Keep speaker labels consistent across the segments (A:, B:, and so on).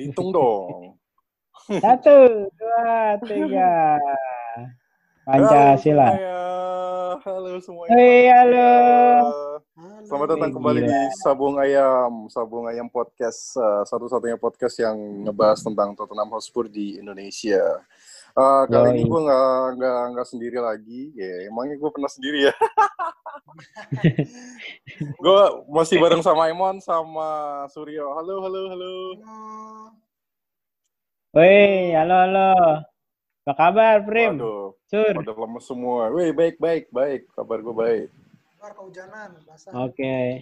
A: Hitung dong.
B: 1, 2, 3. Pancasila.
A: Halo semuanya.
B: Hei, halo.
A: Selamat datang kembali di Sabung Ayam Podcast, satu-satunya podcast yang ngebahas tentang Tottenham Hotspur di Indonesia. Kali ini gue nggak sendiri lagi, ya emangnya gue pernah sendiri ya? Gue masih bareng sama Emon sama Suryo. Halo.
B: Woi, halo. Apa kabar, Prim?
A: Waduh,
B: Sur.
A: pada lemes semua. Wih, baik. Kabar gue baik.
C: Keluar kehujanan, basah.
B: Oke.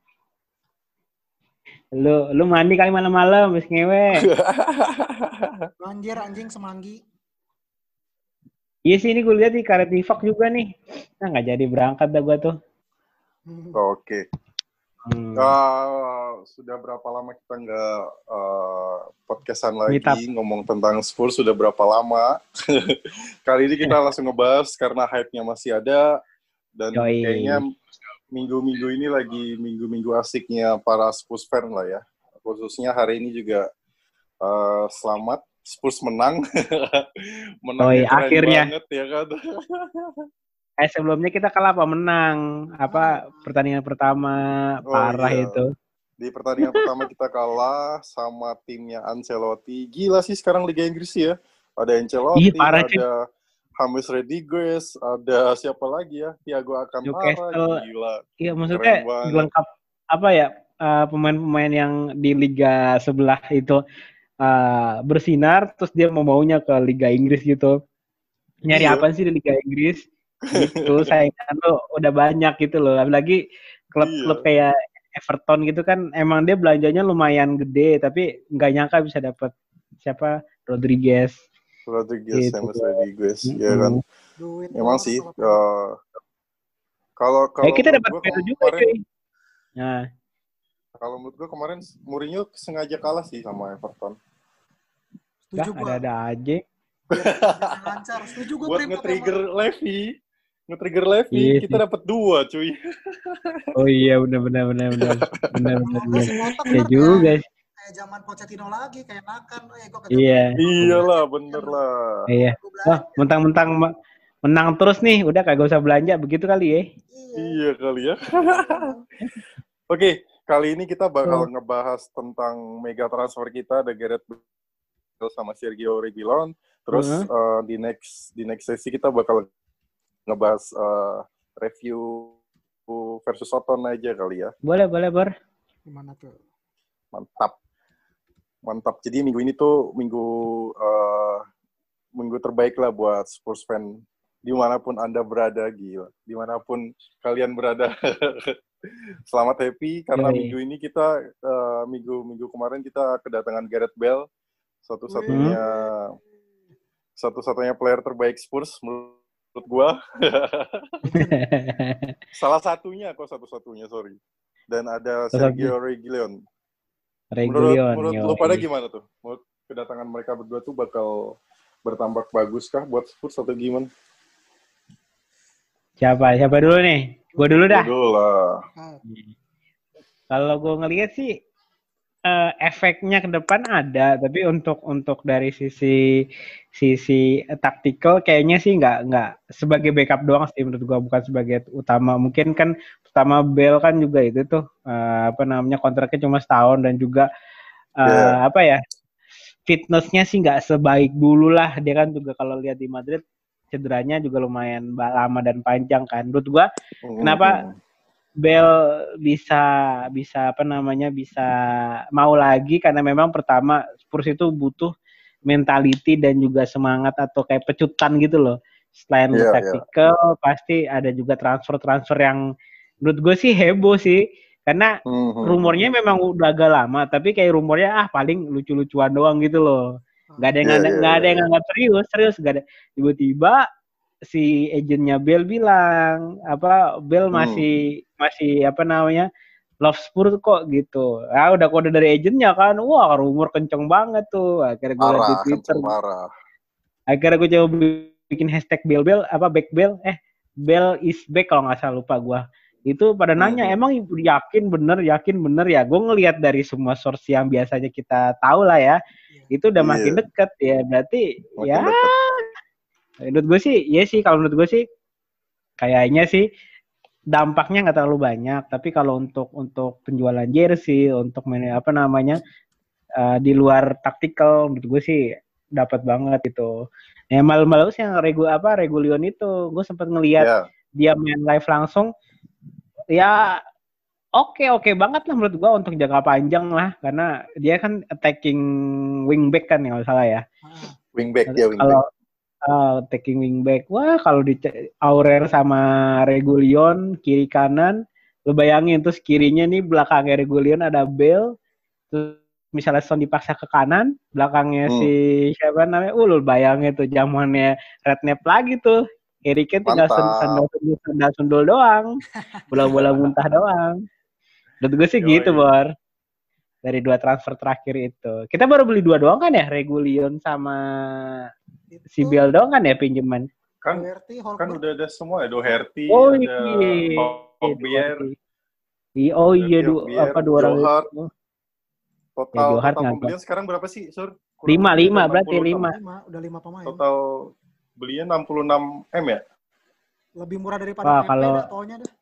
B: Lu mandi kali malam-malam, habis ngewe.
C: Banjir anjing semanggi.
B: Iya sih, ini gue lihat di karet Nifak juga nih. Nah, nggak jadi berangkat dah gue tuh.
A: Oke. Sudah berapa lama kita nggak podcastan lagi ngomong tentang Spurs, sudah berapa lama. Kali ini kita langsung ngebahas karena hype-nya masih ada. Dan kayaknya minggu-minggu ini lagi minggu-minggu asiknya para Spurs fan lah ya. Khususnya hari ini juga selamat Spurs menang. Menangnya keren
B: akhirnya
A: banget ya kan.
B: Sebelumnya kita kalah apa menang? Pertandingan pertama parah iya. Itu.
A: Di pertandingan pertama kita kalah sama timnya Ancelotti. Gila sih sekarang Liga Inggris ya. Ada Ancelotti, ada James Rodriguez, ada siapa lagi ya? Thiago Alcantara. Gila.
B: Iya, maksudnya lengkap apa ya? Pemain-pemain yang di liga sebelah itu bersinar, terus dia maunya ke Liga Inggris gitu. Nyari apa sih di Liga Inggris? Gitu, saingan lo udah banyak gitu loh. Apalagi klub-klub kayak Everton gitu kan, emang dia belanjanya lumayan gede, tapi nggak nyangka bisa dapat siapa Rodriguez,
A: gitu. Sama Rodriguez, ya kan. Emang sih. Kalau
B: kita dapat Bale juga cuy. Nah.
A: Kalau menurut gue kemarin Mourinho sengaja kalah sih sama Everton.
B: Ada aja.
C: Lancar. Setuju gue.
A: Buat nge-trigger Levy, kita dapat 2 cuy.
B: Oh iya benar. Ya juga sih.
C: Kayak zaman Pochettino lagi, kayak makan.
B: Iya.
A: Iyalah, bener lah.
B: Iya. Wah, mentang-mentang menang terus nih, udah kagak usah belanja begitu kali ya.
A: Iya kali ya. Oke, kali ini kita bakal ngebahas tentang mega transfer kita, ada Gareth Bale sama Sergio Reguilon. Terus di next sesi kita bakal ngebahas review versus Soton aja kali ya.
B: Boleh, Bor.
C: Gimana tuh?
A: Mantap. Jadi minggu ini tuh minggu terbaik lah buat Spurs fan dimanapun Anda berada, gila. Dimanapun kalian berada. Selamat happy karena minggu ini kita minggu kemarin kita kedatangan Gareth Bale, satu-satunya player terbaik Spurs menurut gua. Salah satunya sorry. Dan ada Sergio Reguilon. Menurut lu pada gimana tuh? Menurut kedatangan mereka berdua tuh bakal bertambah bagus kah buat Spurs atau gimana?
B: Siapa dulu nih? Gua dulu dah.
A: Dulu lah.
B: Kalau gua ngelihat sih efeknya ke depan ada, tapi untuk dari sisi taktikal kayaknya sih nggak sebagai backup doang sih menurut gua, bukan sebagai utama. Mungkin kan pertama Bale kan juga itu tuh kontraknya cuma setahun dan juga fitnessnya sih nggak sebaik dulu lah. Dia kan juga kalau lihat di Madrid cederanya juga lumayan lama dan panjang kan. Menurut gua kenapa Bale bisa mau lagi, karena memang pertama Spurs itu butuh mentality dan juga semangat atau kayak pecutan gitu loh. Selain tactical pasti ada juga transfer yang menurut gue sih heboh sih, karena rumornya memang udah agak lama, tapi kayak rumornya paling lucu-lucuan doang gitu loh. Gak ada yang nganggap serius, gak ada. Tiba-tiba si agennya Bale bilang Bale masih love Spurs kok gitu. Udah kode dari agennya kan. Wah, rumor kenceng banget tuh. Akhirnya gue liat di Twitter. Akhirnya gue coba bikin hashtag Bale back Bale. Bale is back kalau nggak salah, lupa gue. Itu pada nanya, emang yakin bener ya? Gue ngelihat dari semua source yang biasanya kita tahu lah ya, itu udah makin deket ya. Berarti makin ya, deket. Menurut gue sih, ya sih kalau menurut gue sih, kayaknya sih dampaknya nggak terlalu banyak. Tapi kalau untuk penjualan jersey, untuk di luar taktikal, menurut gue sih dapat banget itu. Ya malu-malu sih yang Regulion itu, gue sempat ngelihat dia main live langsung. Ya oke banget lah menurut gua untuk jangka panjang lah, karena dia kan attacking wingback kan ya, kalau salah ya.
A: Wingback.
B: Kalau attacking wingback, wah kalau di Aurel sama Regulion kiri kanan, lu bayangin terus kirinya nih belakangnya Regulion ada Bale, terus misalnya Son dipaksa ke kanan, belakangnya si siapa namanya, lu bayangin tuh zamannya Redknapp lagi tuh. Harry Kane tinggal sundul doang. Bola-bola muntah doang. Menurut gue sih gitu, Bor. Dari 2 transfer terakhir itu. Kita baru beli 2 doang kan ya? Regulion sama si Bale doang kan ya pinjaman?
A: Kan udah ada semua ya. Doherty,
B: ada
A: Hogbier.
B: Oh iya, 2 orang itu.
A: Total pembelian sekarang berapa sih, Sur?
B: 5 berarti 5.
C: Udah 5 pemain.
A: Total belinya 66 M ya?
C: Lebih murah daripada PP
B: kalau
C: pokoknya dah.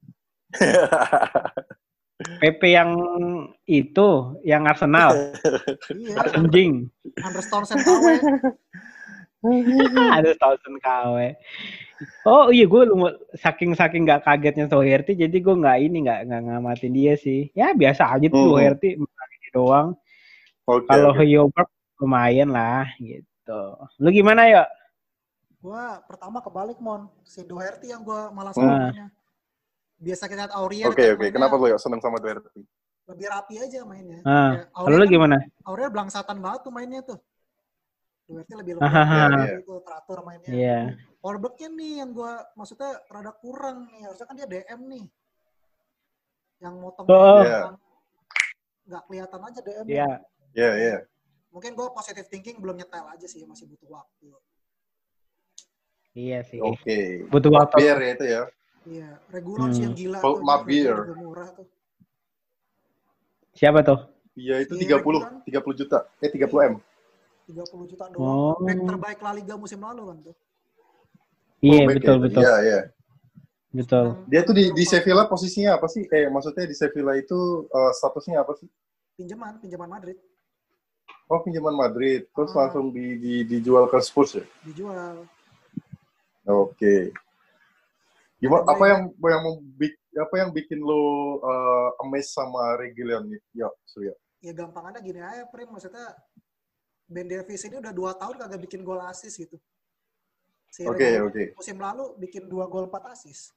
B: PP yang itu, yang Arsenal.
C: Iya.
B: Anjing.
C: Andres Townsend KW.
B: Andres Townsend KW. Oh iya, gue saking gak kagetnya Doherty, jadi gue nggak ngamatin dia sih. Ya biasa aja tuh Doherty doang. Kalau Højbjerg lumayan lah gitu. Lu gimana ya?
C: Gua pertama kebalik si Doherty yang gua malah mainnya. Biasa kita lihat Aurier.
A: Oke. Kenapa lu ya seneng sama Doherty?
C: Lebih rapi aja mainnya.
B: Kalau lu gimana?
C: Aurier blangsatan banget tuh mainnya tuh. Doherty lebih teratur mainnya.
B: Iya.
C: Højbjergnya nih yang gua maksudnya rada kurang nih. Harusnya kan dia DM nih. Yang motong nggak kelihatan aja DM-nya.
A: Iya.
C: Mungkin gua positive thinking belum nyetel aja sih, masih butuh waktu.
B: Iya sih.
A: Oke.
B: Butuh waktu.
A: Biar ya itu ya.
C: Iya, Regulon sih yang gila
A: tuh. Mabir.
C: Murah tuh.
B: Siapa tuh?
A: Iya, itu 30 juta. 30 M.
C: 30 juta doang. Back terbaik La Liga musim lalu kan tuh.
B: Iya, betul.
A: Iya. Betul. Dia tuh di Sevilla posisinya apa sih? Maksudnya di Sevilla itu statusnya apa sih?
C: Pinjaman Madrid.
A: Oh, pinjaman Madrid. Terus langsung dijual ke Spurs ya?
C: Dijual.
A: Oke. Gimana? Apa yang bikin lo amazed sama Regulion nih? Surya.
C: Ya gampangannya gini aja, Prim. Maksudnya Ben Davies ini udah 2 tahun kagak bikin gol assist gitu.
A: Oke.
C: Musim lalu bikin 2 gol 4 assist.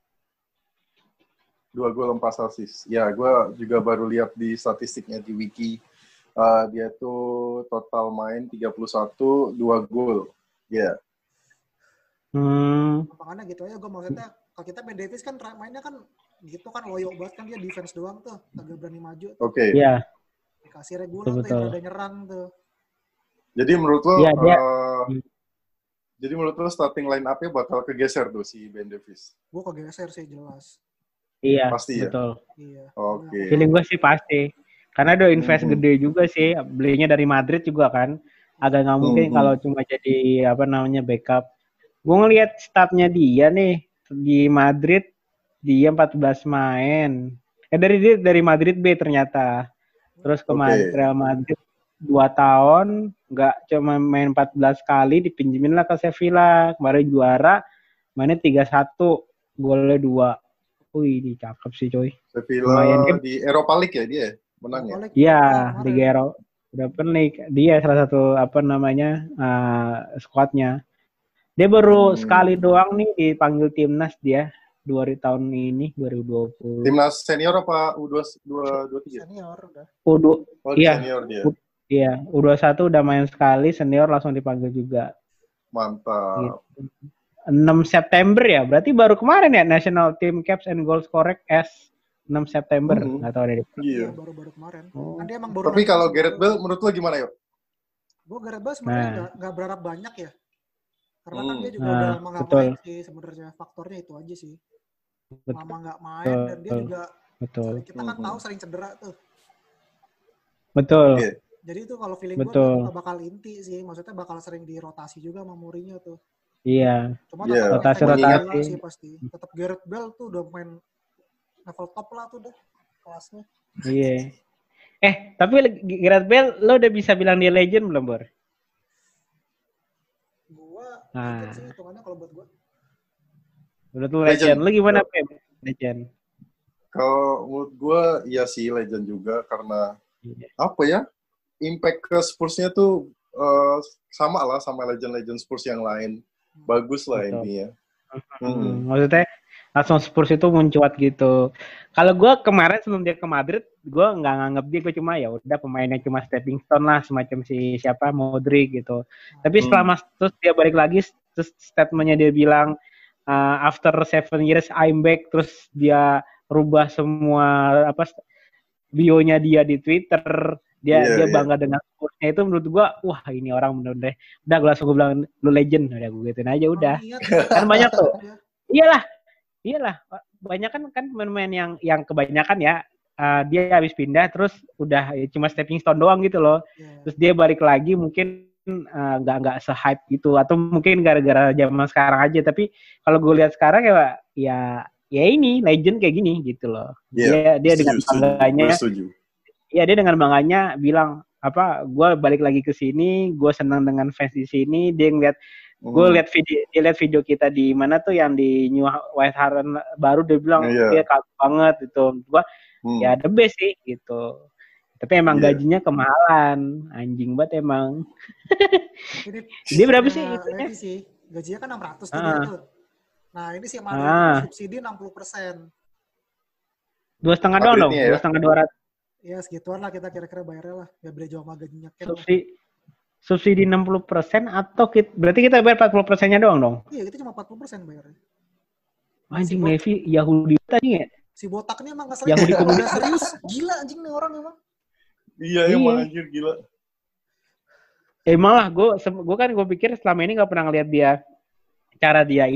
A: 2 gol 4 assist. Ya, gue juga baru lihat di statistiknya di Wiki. Dia tuh total main 31, 2 gol. Ya.
C: Makanya gitu aja, gue maksudnya kalau kita Ben Davies kan mainnya kan gitu kan, loyo banget kan, dia defense doang tuh, agak berani maju.
A: Oke.
B: Iya.
C: Dikasih Regulon tuh yang ada nyerang tuh.
A: Jadi menurut lo starting line up-nya bakal kegeser tuh si Ben Davies?
C: Gue kegeser sih jelas.
B: Iya,
A: pasti
B: betul.
C: Iya.
A: Oke.
B: Feeling gue sih pasti. Karena udah invest gede juga sih, belinya dari Madrid juga kan. Agak nggak mungkin kalau cuma jadi backup. Gue ngelihat statnya dia nih di Madrid, dia 14 main. Dari Madrid B ternyata. Terus ke Real Madrid 2 tahun, nggak cuma main 14 kali, dipinjemin lah ke Sevilla. Kemarin juara, mainnya 31, golnya 2. Wih, cakep sih coy.
A: Sevilla di Europa League ya dia menang ya?
B: Iya, di Eropa. Open League. Dia salah satu squadnya. Dia baru sekali doang nih dipanggil timnas dia 2 tahun ini 2020.
A: Timnas senior apa U23?
C: Senior udah.
A: Iya. Senior dia.
B: Iya, U21 udah main sekali, senior langsung dipanggil juga.
A: Mantap.
B: Gitu. 6 September ya, berarti baru kemarin ya National Team Caps and Goals Correct S 6 September, nggak tahu deh.
C: Iya, baru kemarin. Kan dia emang baru.
A: Tapi kalau Gareth Bale menurut lo gimana yuk?
C: Gue Gareth Bale sebenarnya nggak berharap banyak ya. Karena kan dia juga udah mengamalkan sih sebenarnya, faktornya itu aja sih. lama nggak main dan dia juga kita kan tahu sering cedera tuh.
B: Betul.
C: Jadi itu kalau feeling gue tuh bakal inti sih, maksudnya bakal sering dirotasi juga sama Mourinho tuh.
B: Iya.
C: Cuma tetap
B: rotasi
C: sih pasti. Tetap Gareth Bale tuh udah main level top lah tuh deh kelasnya.
B: Iya. Tapi Gareth Bale lo udah bisa bilang dia legend belum, Bor?
C: Gua legend sih hitungannya kalau buat gua.
B: Menurut lu legend. Lu gimana, Pep? Legend.
A: Kalau menurut gua ya sih legend juga karena apa ya? Impact ke Spurs-nya tuh sama lah sama legend-legend Spurs yang lain. Bagus lah intinya.
B: Maksudnya langsung Spurs itu mencuat gitu. Kalau gue kemarin sebelum dia ke Madrid, gue nggak nganggap dia, gue cuma ya udah pemainnya cuma stepping stone lah, semacam si siapa Modric gitu. Tapi setelah terus dia balik lagi, terus statementnya dia bilang after 7 years I'm back, terus dia rubah semua bio-nya dia di Twitter. Dia bangga dengan Spursnya itu, menurut gue, wah ini orang bener deh. Udah gue langsung bilang lu legend, udah gue gituin aja udah. Kan banyak tuh. Iyalah, banyak kan pemain yang kebanyakan ya dia habis pindah terus udah cuma stepping stone doang gitu loh. Terus dia balik lagi mungkin nggak se-hype gitu, atau mungkin gara-gara zaman sekarang aja. Tapi kalau gue lihat sekarang ya ini legend kayak gini gitu loh. Dia dengan bangganya. Iya, dia dengan bangganya bilang gue balik lagi ke sini, gue senang dengan fans di sini. Dia ngeliat dia lihat video kita di mana tuh yang di New White Hart Lane baru, dia bilang dia kagum banget gitu. Gue ya the best sih gitu. Tapi emang gajinya kemahalan, anjing banget emang. Dia berapa sih itunya?
C: Gajinya kan 600 tuh dia tuh. Nah ini sih Mario subsidi 60%.
B: 2,5 doang dong, 2,5 200.
C: Ya segituan lah kita kira-kira bayarnya lah. Gak beda jauh sama gajinya Ken.
B: Subsidi 60% atau berarti kita bayar 40%-nya doang dong?
C: Iya, kita cuma 40% bayarnya.
B: Anjing Levi Yahudi tadi ya?
C: Si botak ini emang ngeselin. Yahudi komunis. Serius, gila anjing nih orang emang.
A: Iya, emang anjir gila.
B: Emang lah, gue pikir selama ini gak pernah ngeliat dia cara dia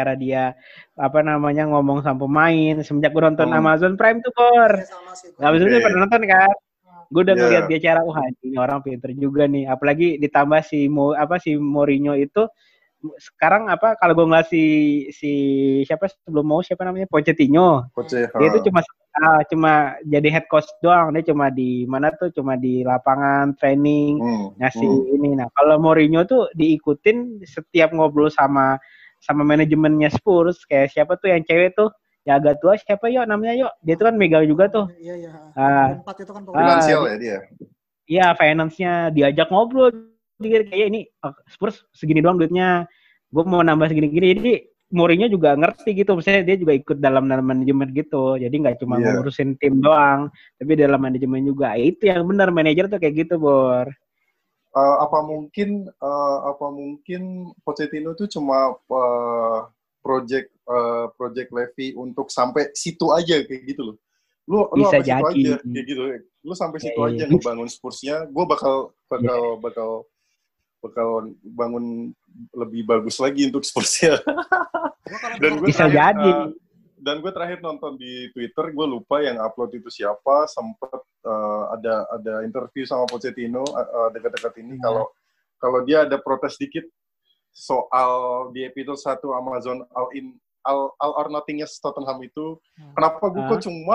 B: ngomong sama pemain. Semenjak gue nonton Amazon Prime tuh, Kor. Habis itu pernah nonton kan? Gue udah ngeliat dia cara, ini orang pinter juga nih. Apalagi ditambah si Mourinho itu sekarang kalau gue ngeliat si siapa namanya Pochettino. Dia itu cuma jadi head coach doang. Dia cuma di lapangan training ngasih ini. Nah, kalau Mourinho tuh diikutin setiap ngobrol sama manajemennya Spurs, kayak siapa tuh yang cewek tuh ya agak tua, siapa namanya dia tuh kan megang juga tuh.
C: Iya. Itu kan
A: finansial ya dia.
B: Iya, finance-nya diajak ngobrol. Kayak ini Spurs segini doang duitnya, gue mau nambah segini-gini. Jadi Mourinho juga ngerti gitu, misalnya dia juga ikut dalam manajemen gitu. Jadi nggak cuma ngurusin tim doang, tapi dalam manajemen juga. Itu yang benar, manajer tuh kayak gitu, Bor.
A: Apa mungkin Pochettino tuh cuma project Levy untuk sampai situ aja kayak gitu loh. Lu
B: bisa
A: sampai
B: jadi
A: situ aja kayak gitu. Lu sampai situ aja ngebangun Spursnya. Gue bakal bangun lebih bagus lagi untuk Spursnya.
B: Bisa jadi.
A: Dan gue terakhir nonton di Twitter, gue lupa yang upload itu siapa, sempat ada interview sama Pochettino dekat-dekat ini, kalau dia ada protes dikit soal di episode 1 Amazon All or Nothing-nya Tottenham itu, kenapa gue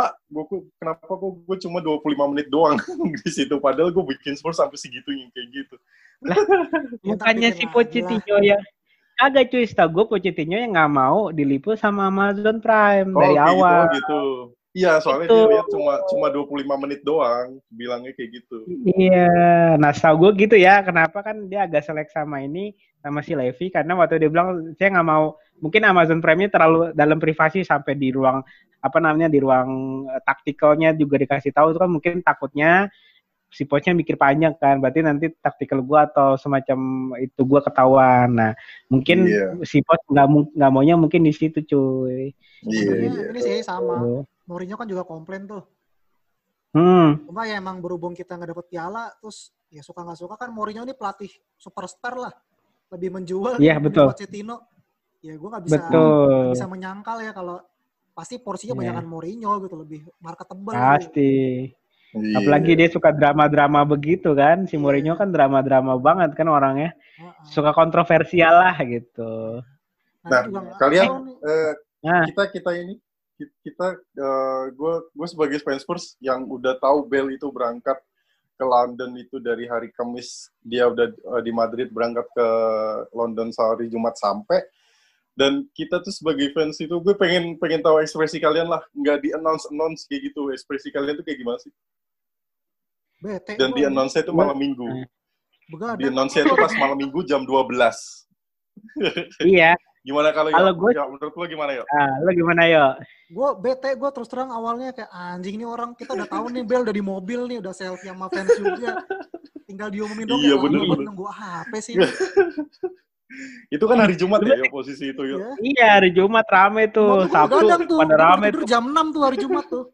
A: cuma 25 menit doang di situ, padahal gue bikin Spurs sampai segitunya kayak gitu.
B: Lah, bukannya si Pochettino ya? Agak cuy, setahu gue Pochettino yang nggak mau diliput sama Amazon Prime dari awal.
A: Gitu. Iya, soalnya dia lihat cuma 25 menit doang, bilangnya kayak gitu.
B: Iya, nah setahu gue gitu ya. Kenapa kan dia agak selek sama si Levy, karena waktu dia bilang saya nggak mau, mungkin Amazon Prime-nya terlalu dalam privasi sampai di ruang di ruang taktikalnya juga dikasih tahu, itu kan mungkin takutnya si Pochnya mikir panjang kan, berarti nanti taktikal gue atau semacam itu gue ketahuan. Nah, mungkin si Poch nggak maunya mungkin di situ cuy.
C: Ini sih sama. Mourinho kan juga komplain tuh. Cuma ya emang berhubung kita nggak dapet piala, terus ya suka nggak suka kan Mourinho ini pelatih superstar lah, lebih menjual.
B: Iya betul.
C: Pochettino, ya gue nggak bisa menyangkal ya kalau pasti porsinya banyakan Mourinho gitu, lebih marketable.
B: Pasti. Gitu. Apalagi dia suka drama-drama begitu kan. Si Mourinho kan drama-drama banget kan orangnya. Suka kontroversial lah gitu.
A: Nah, kalian gue sebagai fans Spurs yang udah tahu Bale itu berangkat ke London itu dari hari Kamis, dia udah di Madrid, berangkat ke London hari Jumat sampai, dan kita tuh sebagai fans itu gue pengen tahu ekspresi kalian lah, nggak di announce kayak gitu, ekspresi kalian tuh kayak gimana sih?
C: Bete,
A: dan di announce itu malam minggu, di announce itu pas malam minggu jam 12.
B: Iya.
A: Gimana kalau gue? Ya, menurut lo gimana ya?
B: Lo gimana ya?
C: Gue bete, gue terus terang awalnya kayak anjing nih orang, kita udah tahu nih Bale udah di mobil nih, udah selfie sama fans juga, tinggal diumumin dong.
A: Iya bener.
C: Nunggu apa sih?
A: Itu kan hari Jumat ya posisi itu ya?
B: Iya hari Jumat rame tuh, Sabtu pada rame tuh.
C: Jam 6 tuh hari Jumat tuh.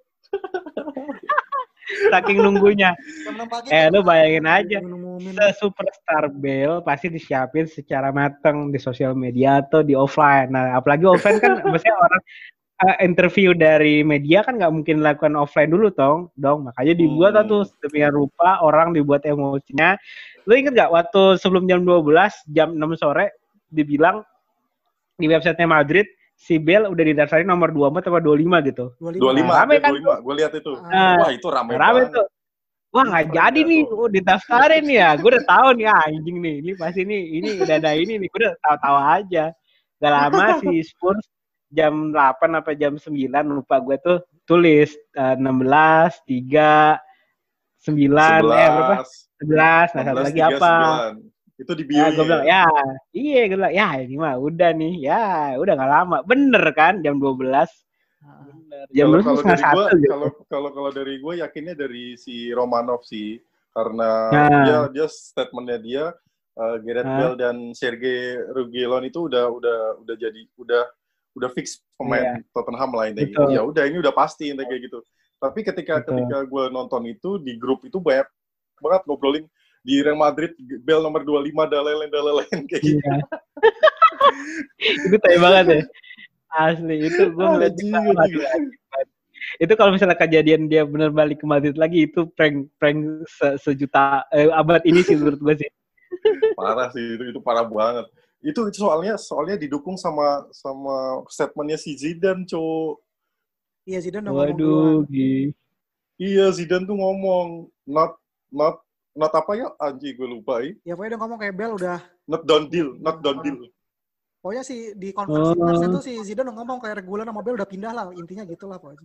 B: Saking nunggunya. Lu bayangin aja, superstar Bale pasti disiapin secara matang di sosial media atau di offline. Nah, apalagi offline kan maksudnya orang interview dari media kan nggak mungkin lakukan offline dulu dong. Makanya dibuat tuh sedemikian rupa, orang dibuat emosinya. Lu inget nggak waktu sebelum jam 12, jam 6 sore dibilang di websitenya Madrid, si Bale udah didaftarin nomor 24 atau 25 gitu.
A: 25, rame kan? 25, gue lihat itu. Wah, itu rame banget.
B: Tuh. Wah, nggak jadi nih, didaftarin ya. Gue udah tahu nih, anjing nih. Ini pasti ini udah ada ini nih. Gue udah tahu aja. Gak lama si Spurs jam 8 apa jam 9, lupa gue tuh tulis 16, 3, 9, berapa? 11, nah 11, satu lagi 3, apa? 9.
A: Itu di bio
B: gue bilang, gue bilang, ini mah udah nih, udah gak lama. Bener kan, jam 12. Bener. Jam 12 setengah 1 gitu.
A: Kalau dari gue, yakinnya dari si Romanov sih. Karena dia statementnya dia, Gareth Bale dan Sergei Reguilon itu udah fix pemain Tottenham lah intinya. Ya udah, ini udah pasti intinya kayak gitu. Tapi ketika gue nonton itu, di grup itu banyak banget ngobrolin di Real Madrid, Bale nomor 25, dalelen kayak gitu.
B: Itu tai banget ya. Asli, itu gue ngeliat itu kalau misalnya kejadian dia benar balik ke Madrid lagi, itu prank sejuta abad ini sih menurut gue sih.
A: Parah sih, itu parah banget. Itu soalnya didukung sama statementnya si Zidane, Cok.
C: Iya, Zidane udah ngomong.
A: Iya, Zidane tuh ngomong not apa ya, anjing gue lupa
C: ya pokoknya dia ngomong kayak Bale udah
A: not done deal.
C: Pokoknya sih di konferensi pers itu si Zidane ngomong kayak Reguilon sama Bale udah pindah lah, intinya gitulah pokoknya.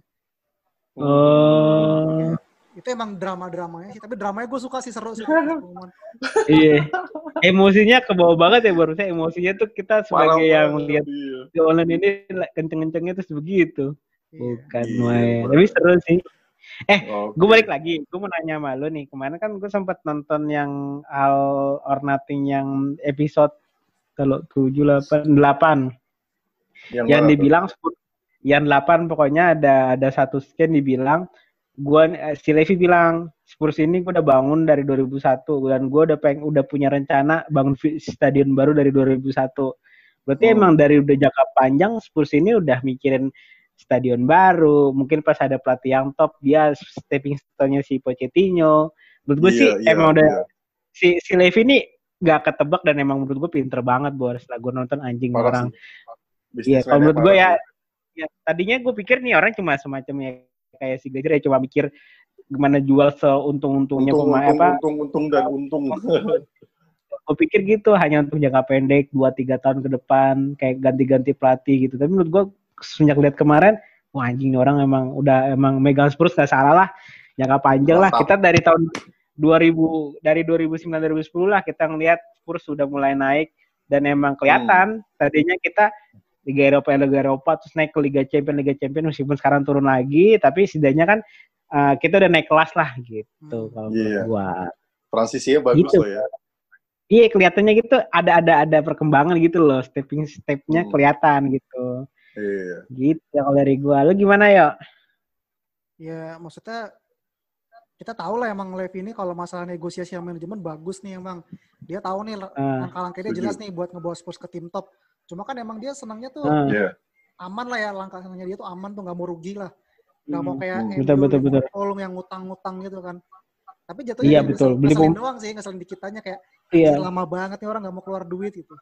C: Itu emang drama-dramanya sih, tapi dramanya gue suka sih, seru sih.
B: Iya, emosinya kebawa banget ya, barusan emosinya tuh kita sebagai yang lihat di online ini kenceng-kencengnya terus begitu. Bukan main, tapi seru sih. Gue balik lagi, gue mau nanya sama lo nih, kemarin kan gue sempat nonton yang All or Nothing yang episode kalau 7, 8 yang dibilang yang 8 pokoknya ada satu scan dibilang si Levy bilang Spurs ini gue udah bangun dari 2001 dan gue udah punya rencana bangun stadion baru dari 2001. Berarti emang dari udah jangka panjang Spurs ini udah mikirin stadion baru, mungkin pas ada pelatih yang top dia stepping stone-nya si Pochettino. Menurut gue emang udah si Levy ini gak ketebak dan emang menurut gue pinter banget setelah gue nonton anjing orang. Iya, kalau menurut gue ya tadinya gue pikir nih orang cuma semacamnya kayak si Gajer ya cuma mikir gimana jual seuntung-untungnya pemain
A: untung.
B: Gue pikir gitu hanya untuk jangka pendek 2-3 tahun ke depan kayak ganti-ganti pelatih gitu. Tapi menurut gue sejak lihat kemarin, wah anjing orang emang megang Spurs gak salah lah, jangka panjang lah. Kita dari tahun 2009 2010 lah kita ngelihat Spurs sudah mulai naik dan emang kelihatan tadinya kita Liga Eropa terus naik ke Liga Champions meskipun sekarang turun lagi, tapi setidaknya kan kita udah naik kelas lah gitu kalau menurut gua.
A: Transisinya bagus gitu. Loh ya.
B: Iya kelihatannya gitu ada perkembangan gitu loh, step-nya kelihatan gitu.
A: Iya.
B: Gitu kalau dari gua. Lu gimana ya?
C: Ya maksudnya kita tahu lah emang Levy ini kalau masalah negosiasi sama manajemen bagus nih emang. Dia tahu nih langkah-langkahnya jelas nih buat ngebawa Spurs ke tim top. Cuma kan emang dia senangnya tuh aman lah ya, langkahnya dia tuh aman tuh, nggak mau rugi lah, nggak mau kayak
B: betul.
C: yang ngutang-ngutang gitu kan. Tapi jatuhnya
B: betul.
C: Ngeselin doang sih, ngeselin dikit aja kayak lama banget nih orang nggak mau keluar duit gitu.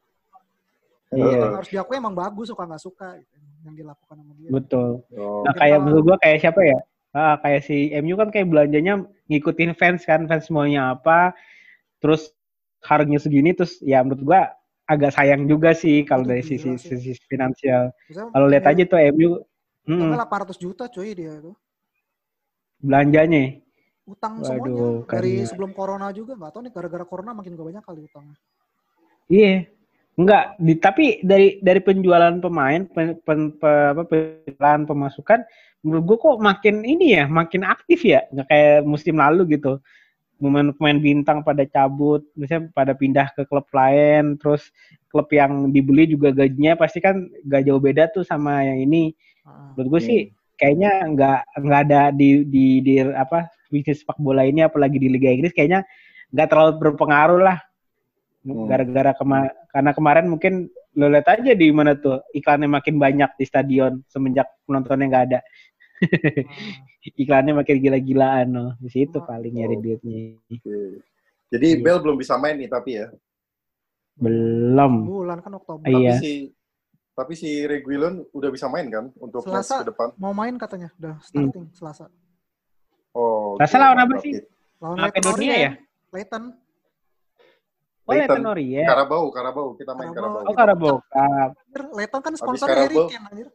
C: Harus diakui emang bagus, suka nggak suka gitu, yang dilakukan sama dia.
B: Betul. Nah kayak menurut gue kayak siapa ya? Kayak si MU kan kayak belanjanya ngikutin fans maunya apa, terus harganya segini, terus ya menurut gue agak sayang juga sih kalau dari sisi finansial. Kalau lihat aja tuh MU
C: 800 juta cuy dia tuh
B: belanjanya.
C: Utang semuanya dari sebelum corona juga, nggak tahu nih gara-gara corona makin gak banyak kali utangnya.
B: Iya. Enggak, tapi dari penjualan pemain, penjualan pemasukan, menurut gue kok makin aktif ya, nggak kayak musim lalu gitu. Pemain bintang pada cabut, misalnya pada pindah ke klub lain, terus klub yang dibeli juga gajinya pasti kan gak jauh beda tuh sama yang ini. Menurut gue sih kayaknya nggak ada di bisnis sepak bola ini, apalagi di Liga Inggris kayaknya nggak terlalu berpengaruh lah. Gara-gara karena kemarin mungkin lo lihat aja di mana tuh iklannya makin banyak di stadion semenjak penontonnya nggak ada. Iklannya makin gila-gilaan loh. Di situ paling nyari duitnya.
A: Jadi Bell belum bisa main nih tapi ya.
B: Belum.
C: Bulan kan Oktober.
B: Iya.
A: Tapi si Reguilon udah bisa main kan untuk match ke depan.
C: Mau main katanya, udah starting Selasa.
A: Oh.
B: Selasa lawan apa sih?
C: Lawan
B: Makedonia ya?
C: Leighton.
B: Leighton Orient.
A: Carabao, kita main Carabao.
B: Oh, Carabao Cup.
C: Leighton kan sponsornya Harry Kane anjir.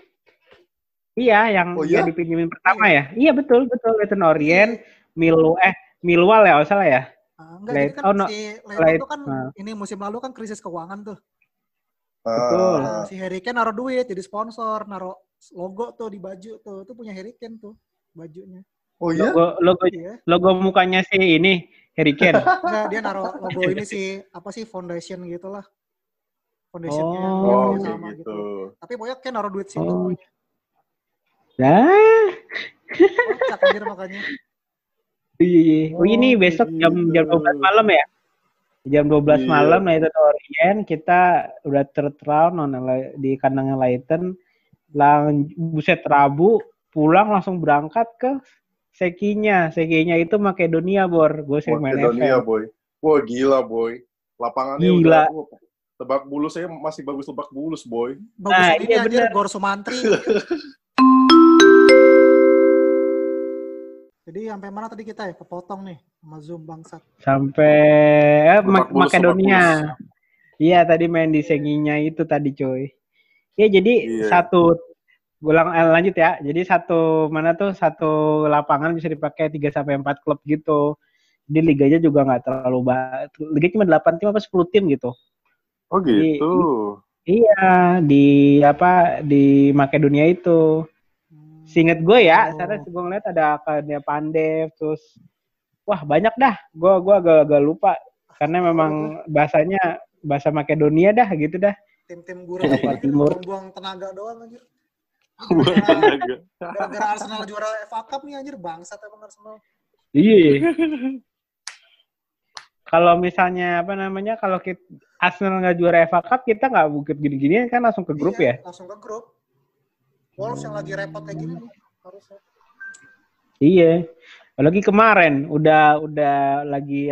B: Iya, yang dipinjemin pertama ya. Iya betul Leighton Orient, Millwall ya, salah ya.
C: Enggak, jadi kan si Leighton itu kan ini musim lalu kan krisis keuangan tuh.
B: Betul.
C: Si Harry Kane naruh duit jadi sponsor, naruh logo tuh di baju tuh. Itu punya Harry Kane tuh bajunya.
A: Oh iya?
B: Logo mukanya si ini Harry Kane.
C: Enggak, dia naruh logo ini sih foundation gitulah. Foundationnya sama gitu. Tapi pokoknya Kane naruh duit situ pokoknya. Kocak anjir makanya.
B: Iya. Ini besok jam 12 malam ya? Jam 12 malam Leighton Orient, kita udah third round di kandangnya Leighton. Buset, Rabu pulang langsung berangkat ke Sekinya itu Makedonia, Bor. Gue sering main
A: Makedonia, boy. Wah, gila, boy. Lapangannya udah Lebak Bulus saya masih bagus Lebak Bulus, boy.
C: Bagus ini anjir, Gor Sumantri. Jadi sampai mana tadi kita ya? Kepotong nih sama Zoom bangsat.
B: Sampai Makedonia. Iya, tadi main di Sekinya itu tadi, coy. Ya, jadi lanjut ya. Jadi satu lapangan bisa dipakai 3-4 klub gitu. Di liganya juga nggak terlalu liga cuma 8 tim apa 10 tim gitu.
A: Oh gitu.
B: Iya, di Makedonia itu. Seinget gue ya, karena gue ngeliat ada Akademia Pandev, terus wah banyak dah. Gue agak lupa karena memang bahasanya bahasa Makedonia dah gitu dah.
C: Tim-tim gurau buang tenaga doang anjir. Gara-gara Arsenal juara FA Cup nih anjir, bangsat emang Arsenal.
B: Iya. Kalau misalnya kalau Arsenal nggak juara FA Cup, kita nggak bukit gini-gini kan langsung ke grup ya?
C: Langsung ke grup. Wolves yang lagi repot kayak gini nih harusnya.
B: Iya. Apalagi kemarin udah lagi